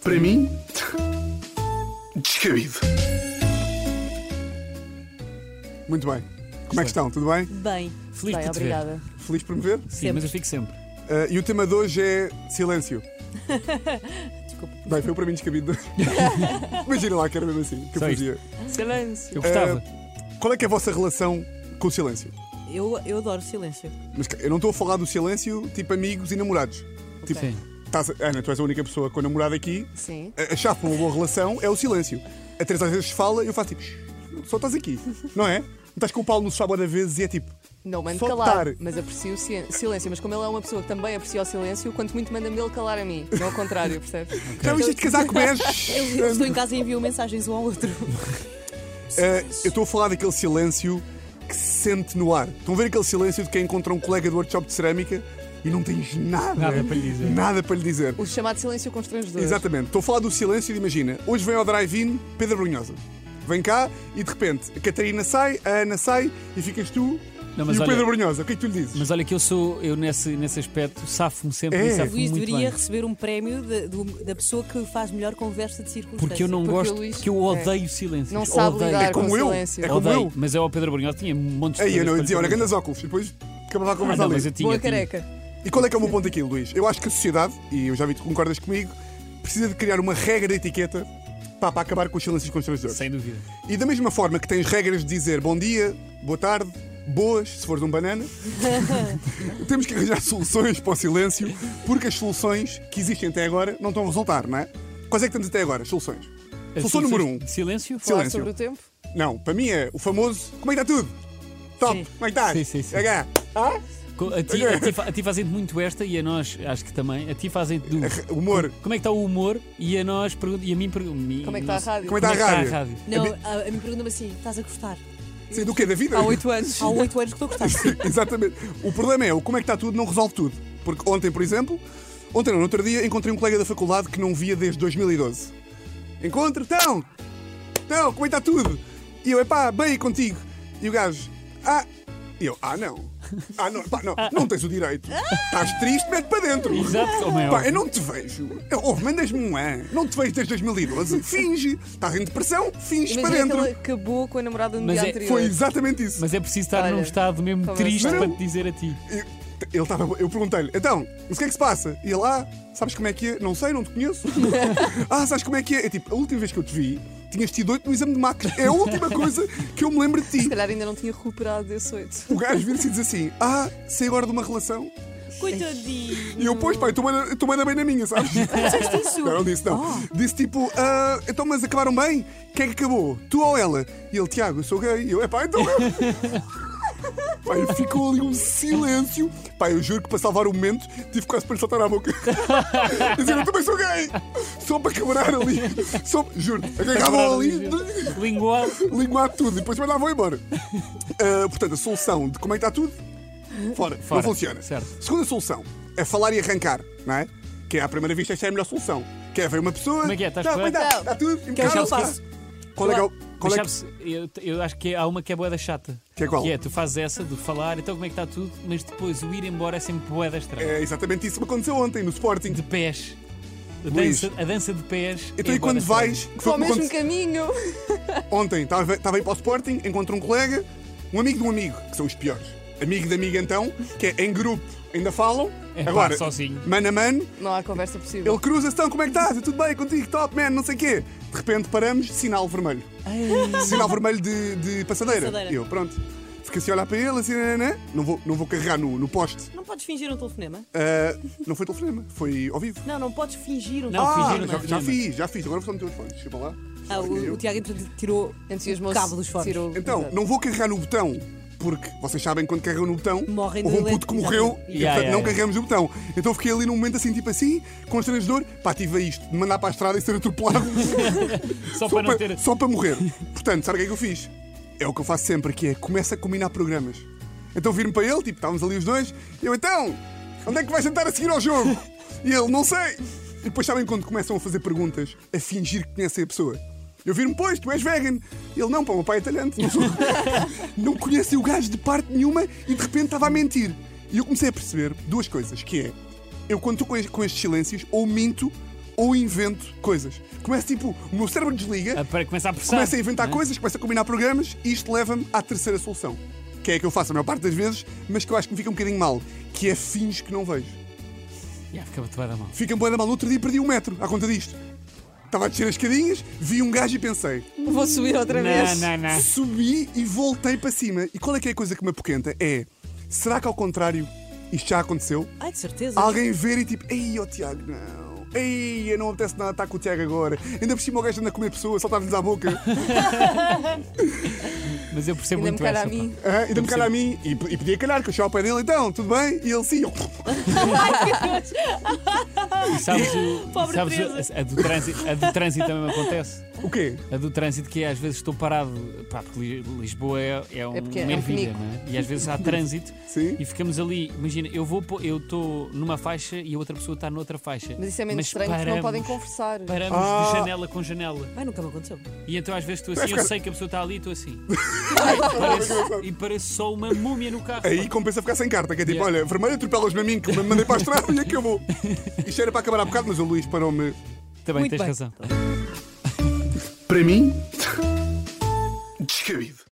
Para mim, descabido. Muito bem. Como é que estão? Tudo bem? Bem, Feliz bem, por te ver. obrigada. Feliz por me ver? Sim, mas eu fico sempre. E o tema de hoje é silêncio. Desculpa. Bem, foi para mim descabido. Imagina lá que era mesmo assim que eu Só isto. fazia. Silêncio. Eu gostava. Qual é que é a vossa relação com o silêncio? Eu adoro silêncio. Mas eu não estou a falar do silêncio tipo amigos e namorados. Tipo, Sim. Ana, tu és a única pessoa com namorado aqui. Sim. A chave para uma boa relação é o silêncio. A Teresa às vezes fala e eu faço tipo, só estás aqui, não é? Não estás com o Paulo no sábado a vezes e é tipo, Não mando só calar, estar. mas aprecio o silêncio. Mas como ele é uma pessoa que também aprecia o silêncio, quanto muito manda-me ele calar a mim. Não ao contrário, percebes? Já viste este casaco bege? Eu estou em casa e envio mensagens um ao outro. Eu estou a falar daquele silêncio que se sente no ar. Estão a ver aquele silêncio de quem encontra um colega do workshop de cerâmica e não tens nada Nada para lhe dizer. Nada para lhe dizer. O chamado silêncio constrangedor. Exatamente. Estou a falar do silêncio de, imagina, hoje vem ao drive-in Pedro Brunhosa. Vem cá e de repente a Catarina sai, a Ana sai e ficas tu Não, e mas o olha- Pedro Brunhosa. O que é que tu lhe dizes? Mas olha que eu nesse aspecto safo-me sempre É. e O safo-me Luís muito deveria bem. receber um prémio da pessoa que faz melhor conversa de circunstância. Porque eu não Porque o gosto, Luís- que eu odeio silêncio. Não sabe odeio. lidar É como com o eu. silêncio. É como Odeio. eu. Mas é o Pedro Brunhosa, tinha montes de Aí eu não coisas dizia, para olha, lhe grandes óculos. E depois acabava a dizer. conversa Não, ali. mas eu tinha. Boa tinha. careca. E qual é que é o meu ponto aqui, Luís? Eu acho que a sociedade, e eu já vi que tu concordas comigo, precisa de criar uma regra de etiqueta para acabar com os silêncios constrangedores. Sem dúvida. E da mesma forma que tens regras de dizer bom dia, boa tarde, boas, se fores um banana, temos que arranjar soluções para o silêncio, porque as soluções que existem até agora não estão a resultar, não é? Quais é que temos até agora? As soluções. Solução número 1. De silêncio? Falar Silêncio. sobre o tempo. Não, para mim é o famoso como é que está tudo? Top, Sim. como é que estás? Sim, sim, sim. H. Ah? A ti fazem-te muito esta e a nós, acho que também, a ti fazem-te do. Humor. Como é que está o humor? E a nós e a mim perguntam. Como é que está a rádio? Como é que está a rádio? Não, a mim pergunta-me assim: estás a gostar? Sim, do quê? Da vida? Há 8 anos. Há 8 anos que estou a gostar. Sim. Exatamente. O problema é o como é que está tudo não resolve tudo. Porque ontem, por exemplo, no outro dia, encontrei um colega da faculdade que não via desde 2012. Encontro, então, como é que está tudo? E eu, epá, bem aí contigo. E o gajo, e eu, não. Pá, não tens o direito. Estás triste, mete para dentro. Exato, oh, meu. Pá, eu não te vejo. Mandas-me um não te vejo desde 2012. Finge. Estás em depressão, finge para Imagina que dentro. ele acabou com a namorada no Mas dia é- anterior. Foi exatamente isso. Mas é preciso estar Olha, num estado mesmo como triste assim? para te dizer a ti. Eu perguntei-lhe, então, mas o que é que se passa? E ele, sabes como é que é? Não sei, não te conheço. Sabes como é que é? É tipo, a última vez que eu te vi, tinhas tido 8 no exame de máquina. É a última coisa que eu me lembro de Se ti. calhar ainda não tinha recuperado desse 8. O gajo vira-se e diz assim, sei agora de uma relação. Coitadinho. E eu, pois, pá, eu estou bem na minha, sabes? Disseste isso? Não disse, não. Disse tipo, então, mas acabaram bem? Quem é que acabou? Tu ou ela? E ele, Tiago, eu sou gay. E eu, então eu. Pá, e ficou ali um silêncio. Pá, eu juro que para salvar o momento tive quase para lhe saltar à boca. Dizer, eu também sou gay. Só para quebrar ali. Juro, agarravam ali, Lingual. linguar tudo e depois mandavam embora. Portanto, a solução de como é que está tudo, fora. Não funciona. Certo. Segunda solução é falar e arrancar, não é? Que é à primeira vista esta é a melhor solução. Que é ver uma pessoa. Como é que é? Estás Tá, como é que correto? está? Está tudo? Que é o que eu impecável? faço. Qual é que é o. Mas Qual é que... sabes, eu acho que há uma que é boeda chata. Que é qual? Que é, tu fazes essa de falar, então como é que está tudo, mas depois o ir embora é sempre boeda estranha. É exatamente isso que me aconteceu ontem no Sporting. De pés. Luís. A dança de pés. Então, é e quando bué da vais. estranha. que foi Para o como mesmo caminho. Ontem estava a ir para o Sporting, encontro um colega, um amigo de um amigo, que são os piores. Amigo de amigo, então, que é em grupo, ainda falam. É pá, Agora, sozinho. mano a mano, Não há conversa possível. ele cruza-se, então, como é que estás? Tudo bem contigo? Top, man, não sei o quê. De repente paramos, sinal vermelho. Sinal vermelho de passadeira. Passadeira. E eu, pronto. Fiquei assim a olhar para ele, assim, não vou carregar no poste. Não podes fingir um telefonema? Não foi telefonema, foi ao vivo. Não podes fingir um Não, telefonema. fingir um já telefonema. fiz. Agora vou no telefone. Deixa para lá. O Tiago tirou Entusiasmou-se, cabo dos fones. tirou- Então, Exato. não vou carregar no botão, porque vocês sabem quando carregam no botão, Morrem de houve um leite, puto que morreu exatamente. e portanto não carregamos o botão. Então fiquei ali num momento assim, tipo assim, constrangedor. Pá, tive isto, de mandar para a estrada e ser atropelado Só para não ter. só para morrer. Portanto, sabe o que é que eu fiz? É o que eu faço sempre, que é começa a combinar programas. Então vir-me para ele, tipo, estávamos ali os dois, e eu, então, onde é que vais sentar a seguir ao jogo? E ele, não sei. E depois sabem quando começam a fazer perguntas, a fingir que conhecem a pessoa. Eu viro-me, pois, tu és vegan. Ele, não, pá, o meu pai é talhante. Não conhecem o gajo de parte nenhuma e de repente estava a mentir. E eu comecei a perceber duas coisas, que é, eu quando estou com estes silêncios, ou minto ou invento coisas. Começa tipo, o meu cérebro desliga, Começa a pressar. começa a inventar não é? coisas, começa a combinar programas e isto leva-me à terceira solução. Que é a que eu faço a maior parte das vezes, mas que eu acho que me fica um bocadinho mal. Que é finge que não vejo. Fica-me bué da mão. Fica-me bué da mal. No outro dia perdi 1 metro à conta disto. Estava a descer as escadinhas, vi um gajo e pensei... Vou subir outra vez. Não. Subi e voltei para cima. E qual é que é a coisa que me apoquenta? Será que ao contrário isto já aconteceu? Ai, de certeza. Alguém ver e tipo, ei, ó Tiago, não. Ei, eu não apetece nada estar com o Tiago agora. Ainda por cima o gajo anda a comer pessoas, saltar-lhes à boca. Mas eu percebo Ainda me muito calha essa. a mim. E dá-me cara a mim. E podia calhar, que eu chegava ao pé dele, então, tudo bem? E ele sim. Eu... E sabes, Pobre sabes Teresa. a do trânsito também me acontece. O quê? A do trânsito, que é às vezes estou parado, pá, porque Lisboa é uma pequeno, é um ervilha, penico. não é? E às vezes há trânsito Sim. e ficamos ali. Imagina, eu estou numa faixa e a outra pessoa está noutra faixa. Mas isso é menos estranho porque não podem conversar. Paramos de janela com janela. Ai, nunca me aconteceu. E então às vezes estou assim, eu sei que a pessoa está ali e estou assim. E parece só uma múmia no carro. Aí compensa ficar sem carta, que é tipo, Yeah. olha, vermelho, atropelas-me a mim, que me mandei para a estrada e acabou. Isto era para acabar há bocado, mas o Luís parou-me. Também Muito tens bem. razão. Para mim, descabido.